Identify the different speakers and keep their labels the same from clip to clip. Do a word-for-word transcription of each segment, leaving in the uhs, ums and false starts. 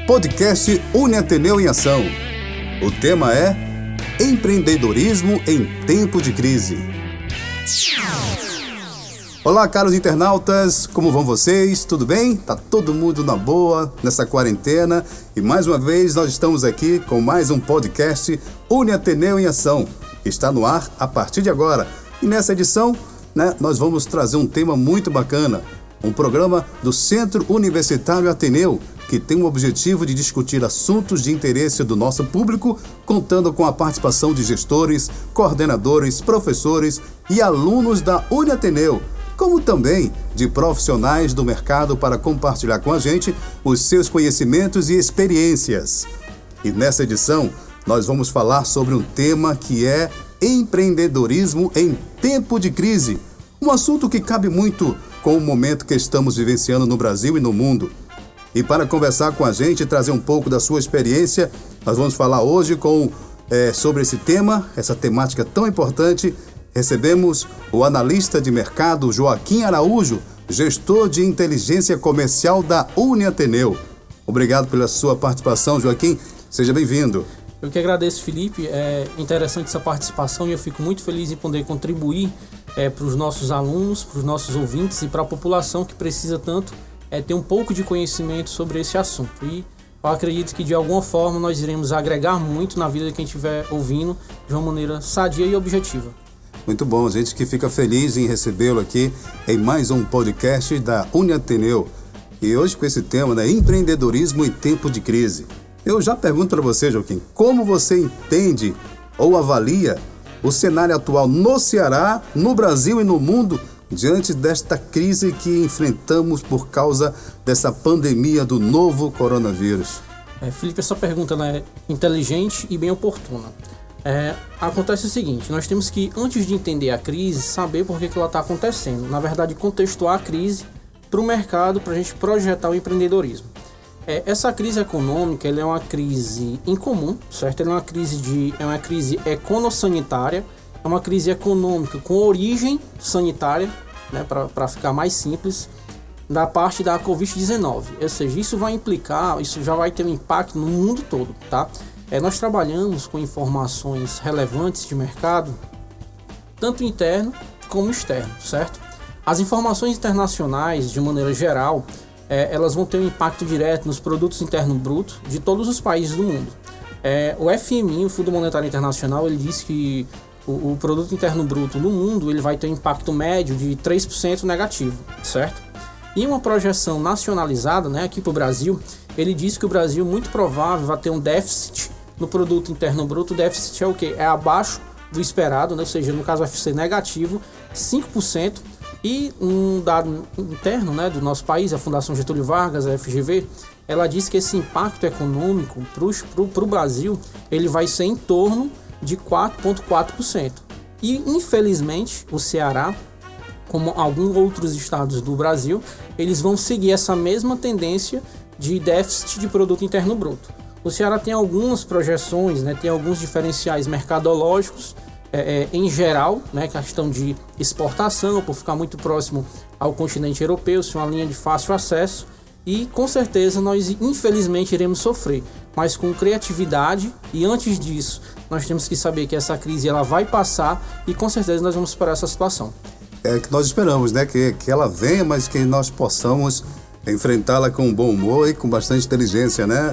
Speaker 1: podcast Uniateneu em Ação. O tema é Empreendedorismo em Tempo de Crise. Olá, caros internautas, como vão vocês? Tudo bem? Tá todo mundo na boa nessa quarentena e mais uma vez nós estamos aqui com mais um podcast Uniateneu em Ação, que está no ar a partir de agora. E nessa edição, né, nós vamos trazer um tema muito bacana, um programa do Centro Universitário Ateneu, que tem o objetivo de discutir assuntos de interesse do nosso público, contando com a participação de gestores, coordenadores, professores e alunos da Uniateneu, como também de profissionais do mercado para compartilhar com a gente os seus conhecimentos e experiências. E nessa edição, nós vamos falar sobre um tema que é empreendedorismo em tempo de crise, um assunto que cabe muito com o momento que estamos vivenciando no Brasil e no mundo. E para conversar com a gente e trazer um pouco da sua experiência, nós vamos falar hoje com, é, sobre esse tema, essa temática tão importante. Recebemos o analista de mercado Joaquim Araújo, gestor de inteligência comercial da Uniateneu. Obrigado pela sua participação, Joaquim. Seja bem-vindo.
Speaker 2: Eu que agradeço, Felipe. É interessante essa participação e eu fico muito feliz em poder contribuir é, para os nossos alunos, para os nossos ouvintes e para a população que precisa tanto é, ter um pouco de conhecimento sobre esse assunto. E eu acredito que de alguma forma nós iremos agregar muito na vida de quem estiver ouvindo de uma maneira sadia e objetiva.
Speaker 1: Muito bom, a gente que fica feliz em recebê-lo aqui em mais um podcast da Uniateneu. E hoje com esse tema, né, empreendedorismo em tempo de crise. Eu já pergunto para você, Joaquim, como você entende ou avalia o cenário atual no Ceará, no Brasil e no mundo diante desta crise que enfrentamos por causa dessa pandemia do novo coronavírus?
Speaker 2: É, Felipe, essa pergunta ela é inteligente e bem oportuna. É, acontece o seguinte, nós temos que, antes de entender a crise, saber por que, que ela está acontecendo. Na verdade, contextuar a crise para o mercado, para a gente projetar o empreendedorismo. É, essa crise econômica ela é uma crise incomum, certo? Ela é uma crise, de, é uma crise econossanitária, é uma crise econômica com origem sanitária, né, para ficar mais simples, da parte da covid dezenove. Ou seja, isso vai implicar, isso já vai ter um impacto no mundo todo, tá? É, nós trabalhamos com informações relevantes de mercado, tanto interno como externo, certo? As informações internacionais, de maneira geral, é, elas vão ter um impacto direto nos produtos internos brutos de todos os países do mundo. É, o F M I, o Fundo Monetário Internacional, ele diz que o, o produto interno bruto no mundo ele vai ter um impacto médio de três por cento negativo, certo? E uma projeção nacionalizada, né, aqui para o Brasil, ele diz que o Brasil, muito provável, vai ter um déficit no produto interno bruto. O déficit é o quê? É abaixo do esperado, né? Ou seja, no caso vai ser negativo, cinco por cento. E um dado interno, né, do nosso país, a Fundação Getúlio Vargas, a F G V, ela diz que esse impacto econômico para o Brasil ele vai ser em torno de quatro vírgula quatro por cento. E, infelizmente, o Ceará, como alguns outros estados do Brasil, eles vão seguir essa mesma tendência de déficit de produto interno bruto. O Ceará tem algumas projeções, né, tem alguns diferenciais mercadológicos, é, é, em geral, né, questão de exportação, por ficar muito próximo ao continente europeu, ser uma linha de fácil acesso, e com certeza nós infelizmente iremos sofrer, mas com criatividade, e antes disso nós temos que saber que essa crise ela vai passar e com certeza nós vamos superar essa situação.
Speaker 1: É que nós esperamos, né, que, que ela venha, mas que nós possamos enfrentá-la com bom humor e com bastante inteligência, né,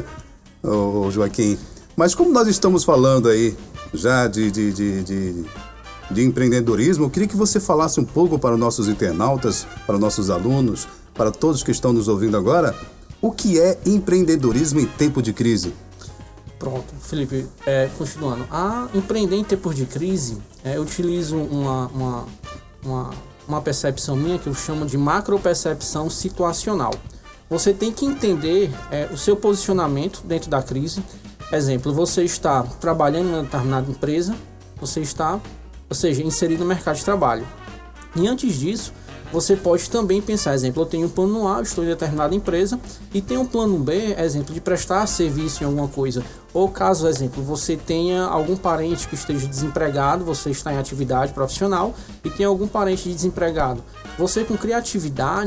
Speaker 1: ô, Joaquim? Mas como nós estamos falando aí já de, de, de, de, de empreendedorismo, eu queria que você falasse um pouco para os nossos internautas, para os nossos alunos, para todos que estão nos ouvindo agora, o que é empreendedorismo em tempo de crise?
Speaker 2: Pronto, Felipe, é, continuando. A empreender em tempos de crise, é, eu utilizo uma, uma, uma, uma percepção minha que eu chamo de macropercepção situacional. Você tem que entender é, o seu posicionamento dentro da crise. Exemplo, você está trabalhando em uma determinada empresa, você está, ou seja, inserido no mercado de trabalho. E antes disso, você pode também pensar, exemplo, eu tenho um plano A, eu estou em determinada empresa, e tenho um plano B, exemplo, de prestar serviço em alguma coisa. Ou caso, exemplo, você tenha algum parente que esteja desempregado, você está em atividade profissional, e tem algum parente desempregado. Você com criatividade,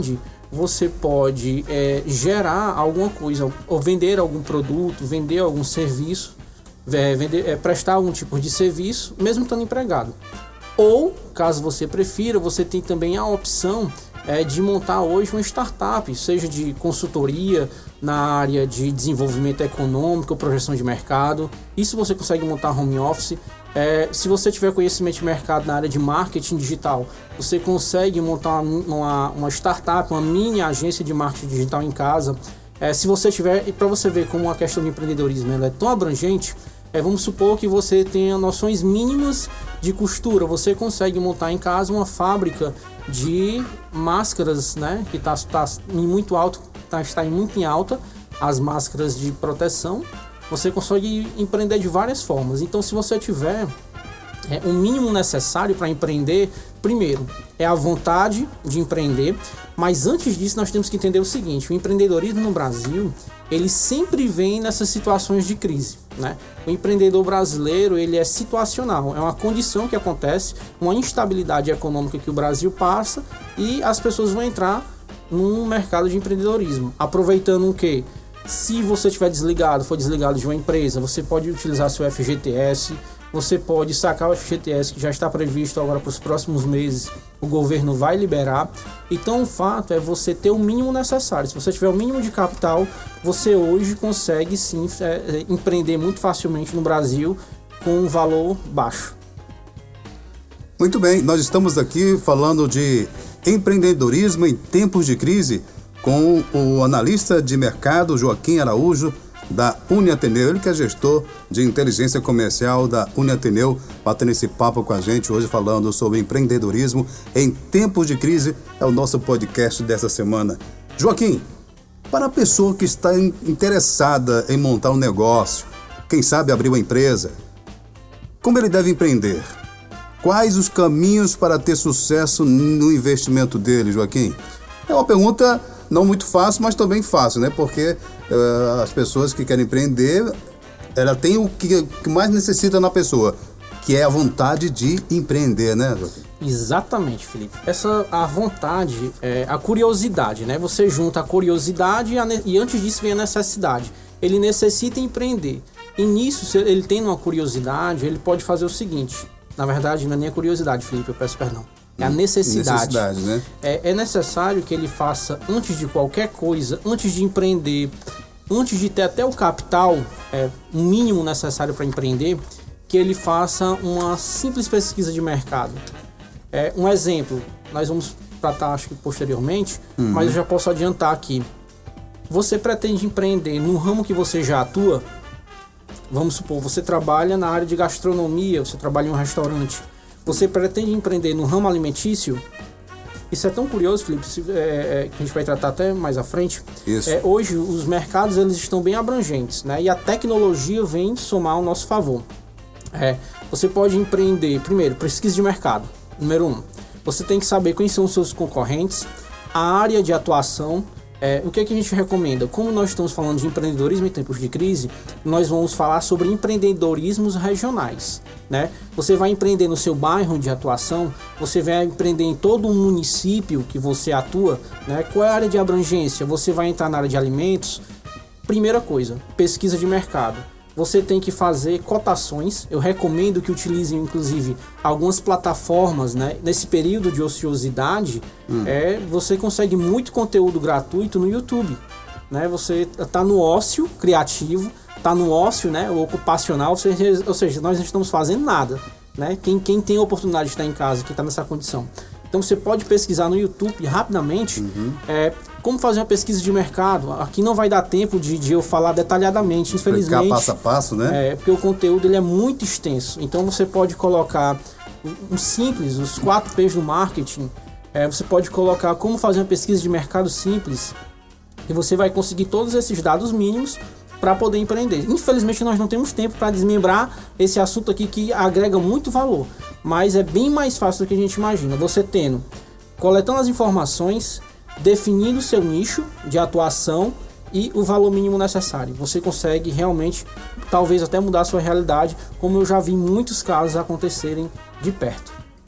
Speaker 2: você pode é, gerar alguma coisa, ou vender algum produto, vender algum serviço, é, vender, é, prestar algum tipo de serviço, mesmo estando empregado. Ou, caso você prefira, você tem também a opção é, de montar hoje uma startup, seja de consultoria na área de desenvolvimento econômico, projeção de mercado. Isso você consegue montar home office. É, se você tiver conhecimento de mercado na área de marketing digital, você consegue montar uma, uma startup, uma mini agência de marketing digital em casa. É, se você tiver, e para você ver como a questão do empreendedorismo ela é tão abrangente, é, vamos supor que você tenha noções mínimas de costura, você consegue montar em casa uma fábrica de máscaras, né, que está tá em muito alto, tá, está em muito em alta, as máscaras de proteção. Você consegue empreender de várias formas. Então, se você tiver é, o mínimo necessário para empreender, primeiro, é a vontade de empreender. Mas antes disso, nós temos que entender o seguinte: o empreendedorismo no Brasil, ele sempre vem nessas situações de crise, né? O empreendedor brasileiro, ele é situacional. É uma condição que acontece, uma instabilidade econômica que o Brasil passa e as pessoas vão entrar num mercado de empreendedorismo. Aproveitando o quê? Se você estiver desligado, for desligado de uma empresa, você pode utilizar seu F G T S, você pode sacar o F G T S que já está previsto agora para os próximos meses, o governo vai liberar. Então o fato é você ter o mínimo necessário. Se você tiver o mínimo de capital, você hoje consegue sim é, empreender muito facilmente no Brasil com um valor baixo.
Speaker 1: Muito bem, nós estamos aqui falando de empreendedorismo em tempos de crise, com o analista de mercado Joaquim Araújo, da Uniateneu, ele que é gestor de inteligência comercial da Uniateneu, batendo esse papo com a gente hoje falando sobre empreendedorismo em tempos de crise, é o nosso podcast dessa semana. Joaquim, para a pessoa que está interessada em montar um negócio, quem sabe abrir uma empresa, como ele deve empreender? Quais os caminhos para ter sucesso no investimento dele, Joaquim? É uma pergunta não muito fácil, mas também fácil, né? Porque uh, as pessoas que querem empreender, ela tem o que, que mais necessita na pessoa, que é a vontade de empreender, né, Joaquim?
Speaker 2: Exatamente, Felipe. Essa, a vontade, é, a curiosidade, né? Você junta a curiosidade e, a, e antes disso vem a necessidade. Ele necessita empreender. E nisso, se ele tem uma curiosidade, ele pode fazer o seguinte. Na verdade, não é nem a curiosidade, Felipe, eu peço perdão. É a necessidade. necessidade né? é, é necessário que ele faça, antes de qualquer coisa, antes de empreender, antes de ter até o capital, é, um mínimo necessário para empreender, que ele faça uma simples pesquisa de mercado. É, um exemplo, nós vamos tratar acho que posteriormente, uhum. mas eu já posso adiantar aqui. Você pretende empreender no ramo que você já atua? Vamos supor, você trabalha na área de gastronomia, você trabalha em um restaurante. Você pretende empreender no ramo alimentício? Isso é tão curioso, Felipe, é, é, que a gente vai tratar até mais à frente.
Speaker 1: Isso.
Speaker 2: É, hoje, os mercados eles estão bem abrangentes, né? E a tecnologia vem somar ao nosso favor. É, você pode empreender, primeiro, pesquisa de mercado. Número um, você tem que saber quem são os seus concorrentes, a área de atuação. É, o que, é que a gente recomenda? Como nós estamos falando de empreendedorismo em tempos de crise, nós vamos falar sobre empreendedorismos regionais, né? Você vai empreender no seu bairro de atuação, você vai empreender em todo um município que você atua, né? Qual é a área de abrangência? Você vai entrar na área de alimentos? Primeira coisa, pesquisa de mercado. Você tem que fazer cotações. Eu recomendo que utilizem, inclusive, algumas plataformas, né? Nesse período de ociosidade, hum. é, você consegue muito conteúdo gratuito no YouTube, né? Você está no ócio criativo, está no ócio, né? ocupacional, ou seja, ou seja, nós não estamos fazendo nada, né? Quem, quem tem a oportunidade de estar em casa, que está nessa condição. Então você pode pesquisar no YouTube rapidamente uhum. é, como fazer uma pesquisa de mercado. Aqui não vai dar tempo de, de eu falar detalhadamente, infelizmente.
Speaker 1: Explicar passo a passo, né?
Speaker 2: É, porque o conteúdo ele é muito extenso. Então você pode colocar um simples, os quatro P's do marketing. É, você pode colocar como fazer uma pesquisa de mercado simples. E você vai conseguir todos esses dados mínimos para poder empreender. Infelizmente nós não temos tempo para desmembrar esse assunto aqui que agrega muito valor, mas é bem mais fácil do que a gente imagina. Você tendo, coletando as informações, definindo o seu nicho de atuação e o valor mínimo necessário. Você consegue realmente, talvez até mudar a sua realidade, como eu já vi muitos casos acontecerem de perto.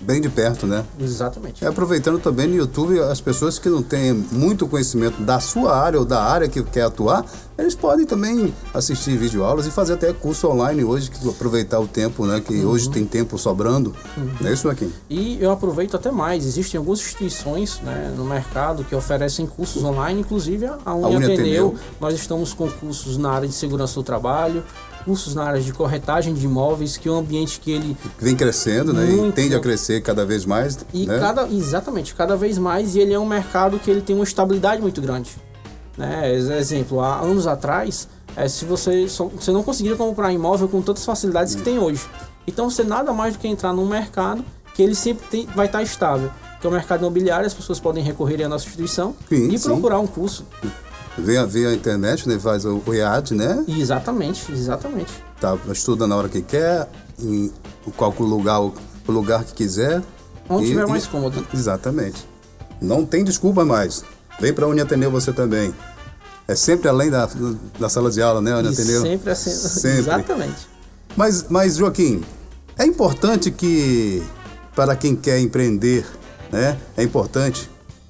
Speaker 1: bem de perto, né?
Speaker 2: Exatamente.
Speaker 1: E aproveitando também no YouTube, as pessoas que não têm muito conhecimento da sua área ou da área que quer atuar, eles podem também assistir videoaulas e fazer até curso online hoje, que aproveitar o tempo, né? Que uhum. hoje tem tempo sobrando. Uhum. Não é isso, Joaquim?
Speaker 2: E eu aproveito até mais. Existem algumas instituições, né, no mercado que oferecem cursos online, inclusive a Uniateneu. Nós estamos com cursos na área de segurança do trabalho, cursos na área de corretagem de imóveis, que é um ambiente que ele...
Speaker 1: Vem crescendo, né? E tende a crescer cada vez mais.
Speaker 2: E
Speaker 1: né?
Speaker 2: cada, exatamente, cada vez mais. E ele é um mercado que ele tem uma estabilidade muito grande. Né? Exemplo, há anos atrás, é, se você, só, você não conseguiria comprar imóvel com tantas facilidades hum. que tem hoje. Então você nada mais do que entrar num mercado que ele sempre tem, vai estar estável. Que é o mercado imobiliário, as pessoas podem recorrer à nossa instituição sim, e sim. procurar um curso.
Speaker 1: Vê, vê a internet, né? Faz o, o I A D, né?
Speaker 2: Exatamente, exatamente.
Speaker 1: Tá, estuda na hora que quer, em qual lugar, o lugar que quiser.
Speaker 2: Onde
Speaker 1: e,
Speaker 2: estiver mais
Speaker 1: e,
Speaker 2: cômodo.
Speaker 1: Exatamente. Não tem desculpa mais. Vem para a Uniateneu você também. É sempre além da, da sala de aula, né, Uniateneu?
Speaker 2: Sempre assim. Sempre. Exatamente.
Speaker 1: Mas, mas, Joaquim, é importante que, para quem quer empreender, né, é importante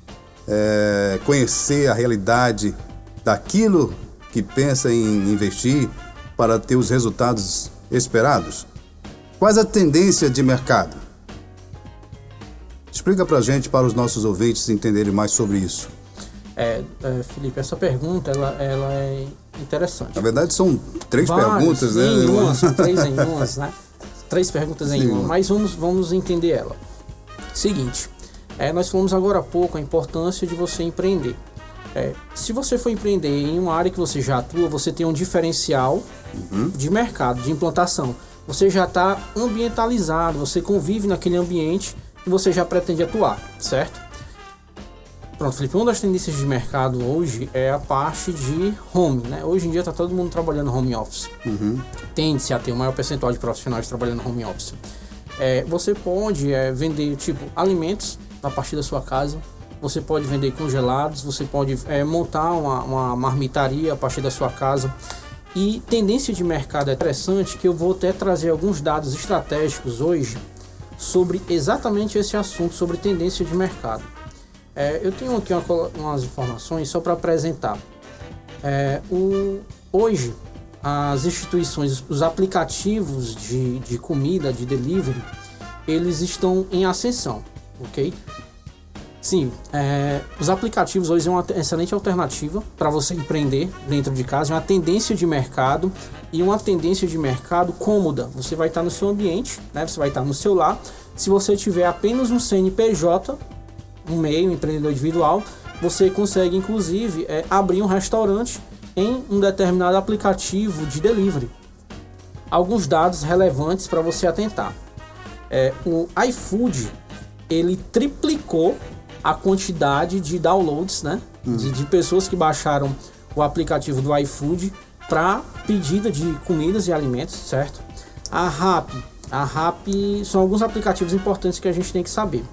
Speaker 1: é, conhecer a realidade daquilo que pensa em investir para ter os resultados esperados? Quais a tendência de mercado? Explica para a gente, para os nossos ouvintes entenderem mais sobre isso.
Speaker 2: É, é, Felipe, essa pergunta ela, ela é interessante.
Speaker 1: Na verdade, são três Vários, perguntas, né?
Speaker 2: Em uma, são três em uma, né? Três perguntas Sim. em uma, mas vamos, vamos entender ela. Seguinte, é, nós falamos agora há pouco a importância de você empreender. É, se você for empreender em uma área que você já atua, você tem um diferencial uhum. de mercado, de implantação. Você já está ambientalizado, você convive naquele ambiente que você já pretende atuar, certo? Pronto, Felipe, uma das tendências de mercado hoje é a parte de home, né? Hoje em dia está todo mundo trabalhando home office. Uhum. Tende-se a ter um maior percentual de profissionais trabalhando home office. É, você pode é, vender, tipo, alimentos a partir da sua casa. Você pode vender congelados, você pode é, montar uma, uma marmitaria a partir da sua casa. E tendência de mercado é interessante, que eu vou até trazer alguns dados estratégicos hoje sobre exatamente esse assunto, sobre tendência de mercado. É, eu tenho aqui uma, umas informações só para apresentar. É, o, hoje, as instituições, os aplicativos de, de comida, de delivery, eles estão em ascensão, ok? Sim, é, os aplicativos hoje são uma excelente alternativa para você empreender dentro de casa, é uma tendência de mercado e uma tendência de mercado cômoda. Você vai estar no seu ambiente, né? Você vai estar no seu lar. Se você tiver apenas um C N P J, um meio, um empreendedor individual, você consegue inclusive é, abrir um restaurante em um determinado aplicativo de delivery. Alguns dados relevantes para você atentar. É, o iFood, ele triplicou a quantidade de downloads, né? Hum. De, de pessoas que baixaram o aplicativo do iFood para pedida de comidas e alimentos, certo? A Rappi, a Rappi são alguns aplicativos importantes que a gente tem que saber.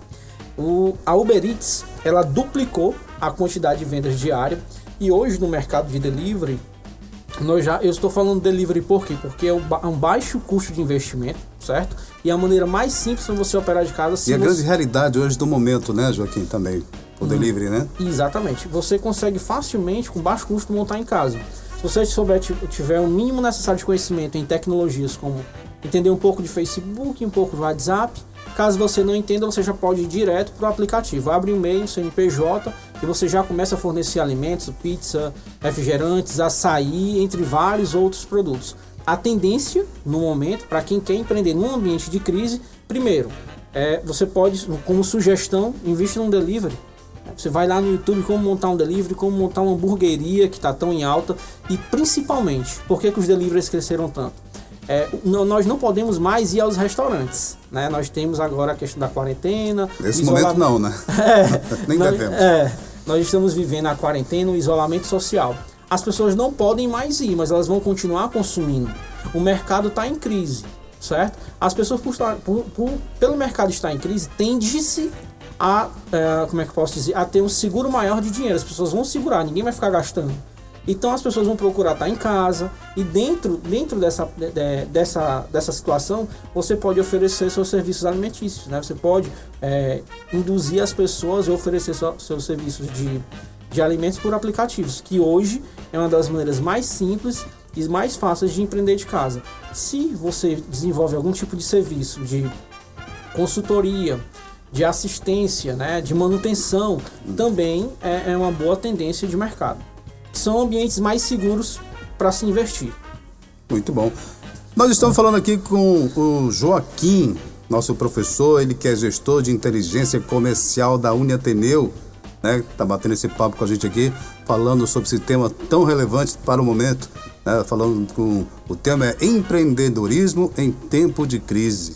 Speaker 2: O, a Uber Eats, ela duplicou a quantidade de vendas diárias e hoje no mercado de delivery, nós já, eu estou falando delivery por quê? Porque é um, ba- um baixo custo de investimento, certo? E a maneira mais simples de você operar de casa... Se
Speaker 1: e a
Speaker 2: você...
Speaker 1: grande realidade hoje do momento, né, Joaquim, também, o hum, delivery, né?
Speaker 2: Exatamente. Você consegue facilmente, com baixo custo, montar em casa. Se você souber, tiver o mínimo necessário de conhecimento em tecnologias como entender um pouco de Facebook, um pouco de WhatsApp, caso você não entenda, você já pode ir direto para o aplicativo. Abre um e-mail, C N P J, e você já começa a fornecer alimentos, pizza, refrigerantes, açaí, entre vários outros produtos. A tendência, no momento, para quem quer empreender num ambiente de crise, primeiro, é, você pode, como sugestão, investe num delivery. Você vai lá no YouTube como montar um delivery, como montar uma hamburgueria que está tão em alta. E principalmente, por que, que os deliveries cresceram tanto? É, nós não podemos mais ir aos restaurantes, né? Nós temos agora a questão da quarentena.
Speaker 1: Nesse momento não, né?
Speaker 2: É,
Speaker 1: Nem
Speaker 2: nós,
Speaker 1: devemos.
Speaker 2: É, nós estamos vivendo a quarentena, o isolamento social. As pessoas não podem mais ir, mas elas vão continuar consumindo. O mercado está em crise, certo? As pessoas, por, por, por, pelo mercado estar em crise, tende-se a, é, como é que eu posso dizer, a ter um seguro maior de dinheiro. As pessoas vão segurar, ninguém vai ficar gastando. Então as pessoas vão procurar estar em casa e dentro, dentro dessa, de, dessa, dessa situação você pode oferecer seus serviços alimentícios, né? Você pode é, induzir as pessoas a oferecer so, seus serviços de, de alimentos por aplicativos, que hoje é uma das maneiras mais simples e mais fáceis de empreender de casa. Se você desenvolve algum tipo de serviço de consultoria, de assistência, né, de manutenção, também é, é uma boa tendência de mercado. São ambientes mais seguros para se investir.
Speaker 1: Muito bom. Nós estamos falando aqui com o Joaquim, nosso professor, ele que é gestor de inteligência comercial da Uniateneu, né? Tá batendo esse papo com a gente aqui, falando sobre esse tema tão relevante para o momento, né? Falando com o tema é empreendedorismo em tempo de crise.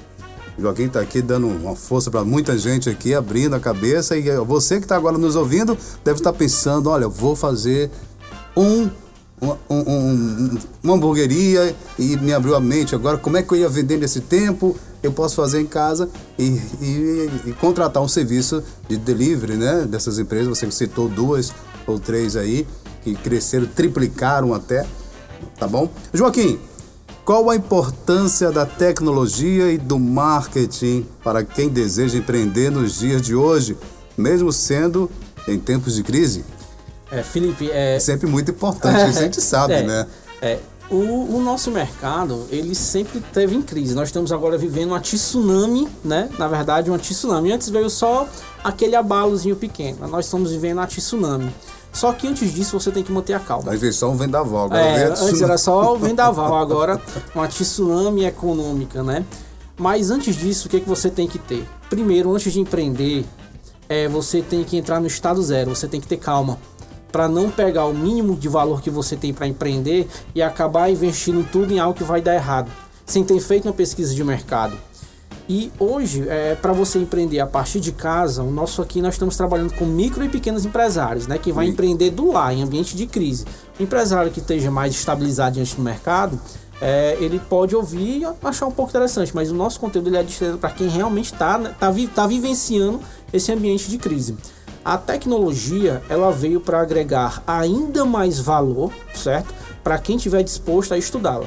Speaker 1: O Joaquim está aqui dando uma força para muita gente aqui, abrindo a cabeça, e você que está agora nos ouvindo deve estar pensando, olha, eu vou fazer um, um, um, uma hamburgueria e me abriu a mente agora, como é que eu ia vender nesse tempo? Eu posso fazer em casa e, e, e contratar um serviço de delivery, né? Dessas empresas, você citou duas ou três aí, que cresceram, triplicaram até, tá bom? Joaquim, qual a importância da tecnologia e do marketing para quem deseja empreender nos dias de hoje, mesmo sendo em tempos de crise?
Speaker 2: É, Felipe, é...
Speaker 1: é sempre muito importante, é, isso a gente sabe,
Speaker 2: é,
Speaker 1: né?
Speaker 2: É, o, o nosso mercado, ele sempre teve em crise. Nós estamos agora vivendo uma tsunami, né? Na verdade, uma tsunami. Antes veio só aquele abalozinho pequeno. Nós estamos vivendo uma tsunami. Só que antes disso você tem que manter a calma.
Speaker 1: Às vezes só um vendaval. Agora
Speaker 2: é,
Speaker 1: antes
Speaker 2: tsunami. Era só o vendaval, agora uma tsunami econômica, né? Mas antes disso, o que, é que você tem que ter? Primeiro, antes de empreender, é, você tem que entrar no estado zero, você tem que ter calma. Para não pegar o mínimo de valor que você tem para empreender e acabar investindo tudo em algo que vai dar errado, sem ter feito uma pesquisa de mercado. E hoje, é, para você empreender a partir de casa, o nosso aqui nós estamos trabalhando com micro e pequenos empresários, né, que vai Sim. empreender do lar, em ambiente de crise. O empresário que esteja mais estabilizado diante do mercado, é, ele pode ouvir e achar um pouco interessante, mas o nosso conteúdo ele é destinado para quem realmente está tá, tá vivenciando esse ambiente de crise. A tecnologia, ela veio para agregar ainda mais valor, certo? Para quem estiver disposto a estudá-la.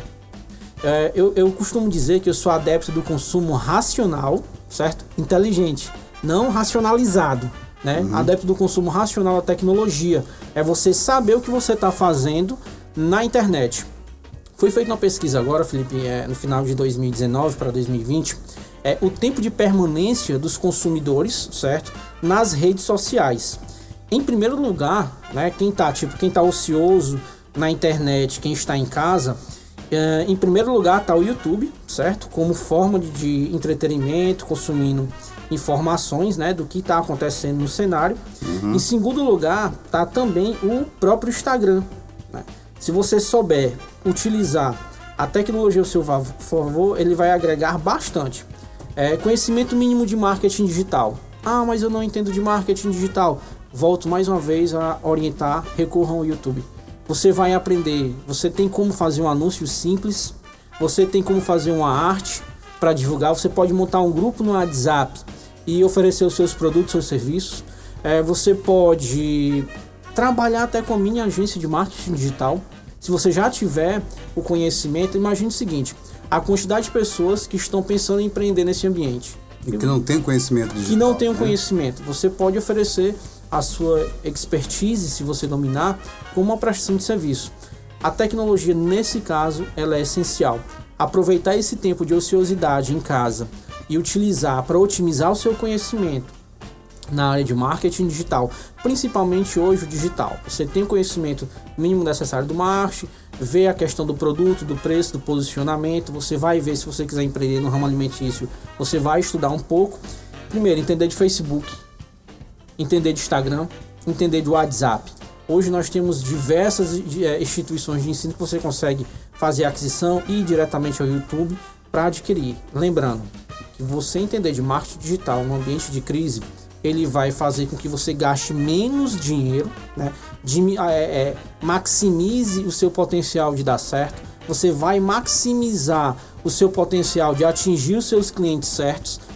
Speaker 2: É, eu, eu costumo dizer que eu sou adepto do consumo racional, certo? Inteligente, não racionalizado, né? Uhum. Adepto do consumo racional da tecnologia. É você saber o que você está fazendo na internet. Foi feita uma pesquisa agora, Felipe, é, no final de dois mil e dezenove para dois mil e vinte, é, o tempo de permanência dos consumidores, certo? Nas redes sociais. Em primeiro lugar, né, quem está tipo, quem tá ocioso na internet, quem está em casa, é, em primeiro lugar está o YouTube, certo? Como forma de, de entretenimento, consumindo informações, né, do que está acontecendo no cenário. Uhum. Em segundo lugar, está também o próprio Instagram, né? Se você souber utilizar a tecnologia ao seu favor, ele vai agregar bastante. É, conhecimento mínimo de marketing digital. Ah, mas eu não entendo de marketing digital. Volto mais uma vez a orientar, recorram ao YouTube. Você vai aprender, você tem como fazer um anúncio simples, você tem como fazer uma arte para divulgar, você pode montar um grupo no WhatsApp e oferecer os seus produtos, seus serviços. É, você pode trabalhar até com a minha agência de marketing digital. Se você já tiver o conhecimento, imagine o seguinte, a quantidade de pessoas que estão pensando em empreender nesse ambiente.
Speaker 1: E que não tem conhecimento digital.
Speaker 2: Que não tem o
Speaker 1: né?
Speaker 2: conhecimento. Você pode oferecer a sua expertise, se você dominar, como uma prestação de serviço. A tecnologia, nesse caso, ela é essencial. Aproveitar esse tempo de ociosidade em casa e utilizar para otimizar o seu conhecimento na área de marketing digital, principalmente hoje o digital. Você tem o conhecimento mínimo necessário do marketing, vê a questão do produto, do preço, do posicionamento, você vai ver se você quiser empreender no ramo alimentício, você vai estudar um pouco. Primeiro, entender de Facebook, entender de Instagram, entender de WhatsApp. Hoje nós temos diversas instituições de ensino que você consegue fazer a aquisição e ir diretamente ao YouTube para adquirir. Lembrando que você entender de marketing digital no ambiente de crise, ele vai fazer com que você gaste menos dinheiro, né? De, é, é, maximize o seu potencial de dar certo, você vai maximizar o seu potencial de atingir os seus clientes certos,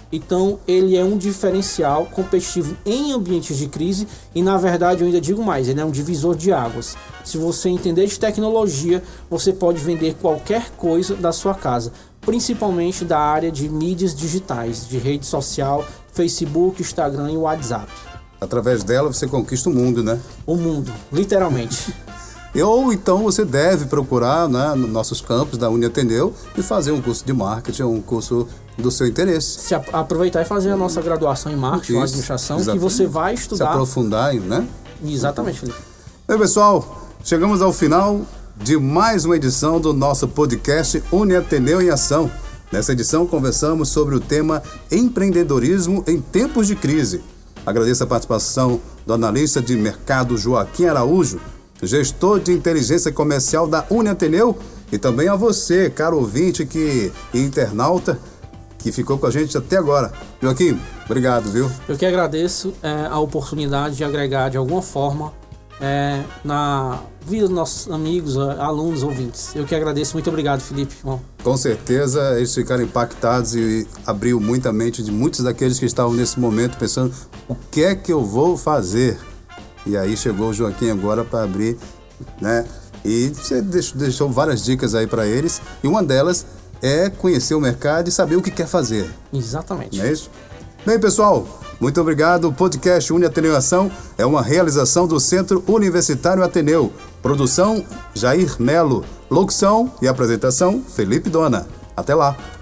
Speaker 2: Então, ele é um diferencial competitivo em ambientes de crise e, na verdade, eu ainda digo mais, ele é um divisor de águas. Se você entender de tecnologia, você pode vender qualquer coisa da sua casa, principalmente da área de mídias digitais, de rede social, Facebook, Instagram e WhatsApp.
Speaker 1: Através dela você conquista o mundo, né?
Speaker 2: O mundo, literalmente.
Speaker 1: Ou então você deve procurar, né, nos nossos campos da Uniateneu e fazer um curso de marketing, um curso do seu interesse.
Speaker 2: Se a, aproveitar e fazer a nossa graduação em marketing ou administração, exatamente, que você vai estudar.
Speaker 1: Se aprofundar, né?
Speaker 2: Exatamente, Felipe.
Speaker 1: Bem, pessoal, chegamos ao final de mais uma edição do nosso podcast Uniateneu em Ação. Nessa edição conversamos sobre o tema empreendedorismo em tempos de crise. Agradeço a participação do analista de mercado Joaquim Araújo, gestor de inteligência comercial da Uniateneu, e também a você, caro ouvinte que, e internauta, que ficou com a gente até agora. Joaquim, obrigado, viu?
Speaker 2: Eu que agradeço é, a oportunidade de agregar de alguma forma é, na vida dos nossos amigos, alunos, ouvintes. Eu que agradeço. Muito obrigado, Felipe. Bom.
Speaker 1: Com certeza eles ficaram impactados e abriu muita mente de muitos daqueles que estavam nesse momento pensando: o que é que eu vou fazer? E aí chegou o Joaquim agora para abrir, né? E você deixou várias dicas aí para eles. E uma delas é conhecer o mercado e saber o que quer fazer.
Speaker 2: Exatamente.
Speaker 1: Não é isso? Bem, pessoal, muito obrigado. O podcast Uniateneu em Ação é uma realização do Centro Universitário Ateneu. Produção, Jair Melo. Locução e apresentação, Felipe Dona. Até lá.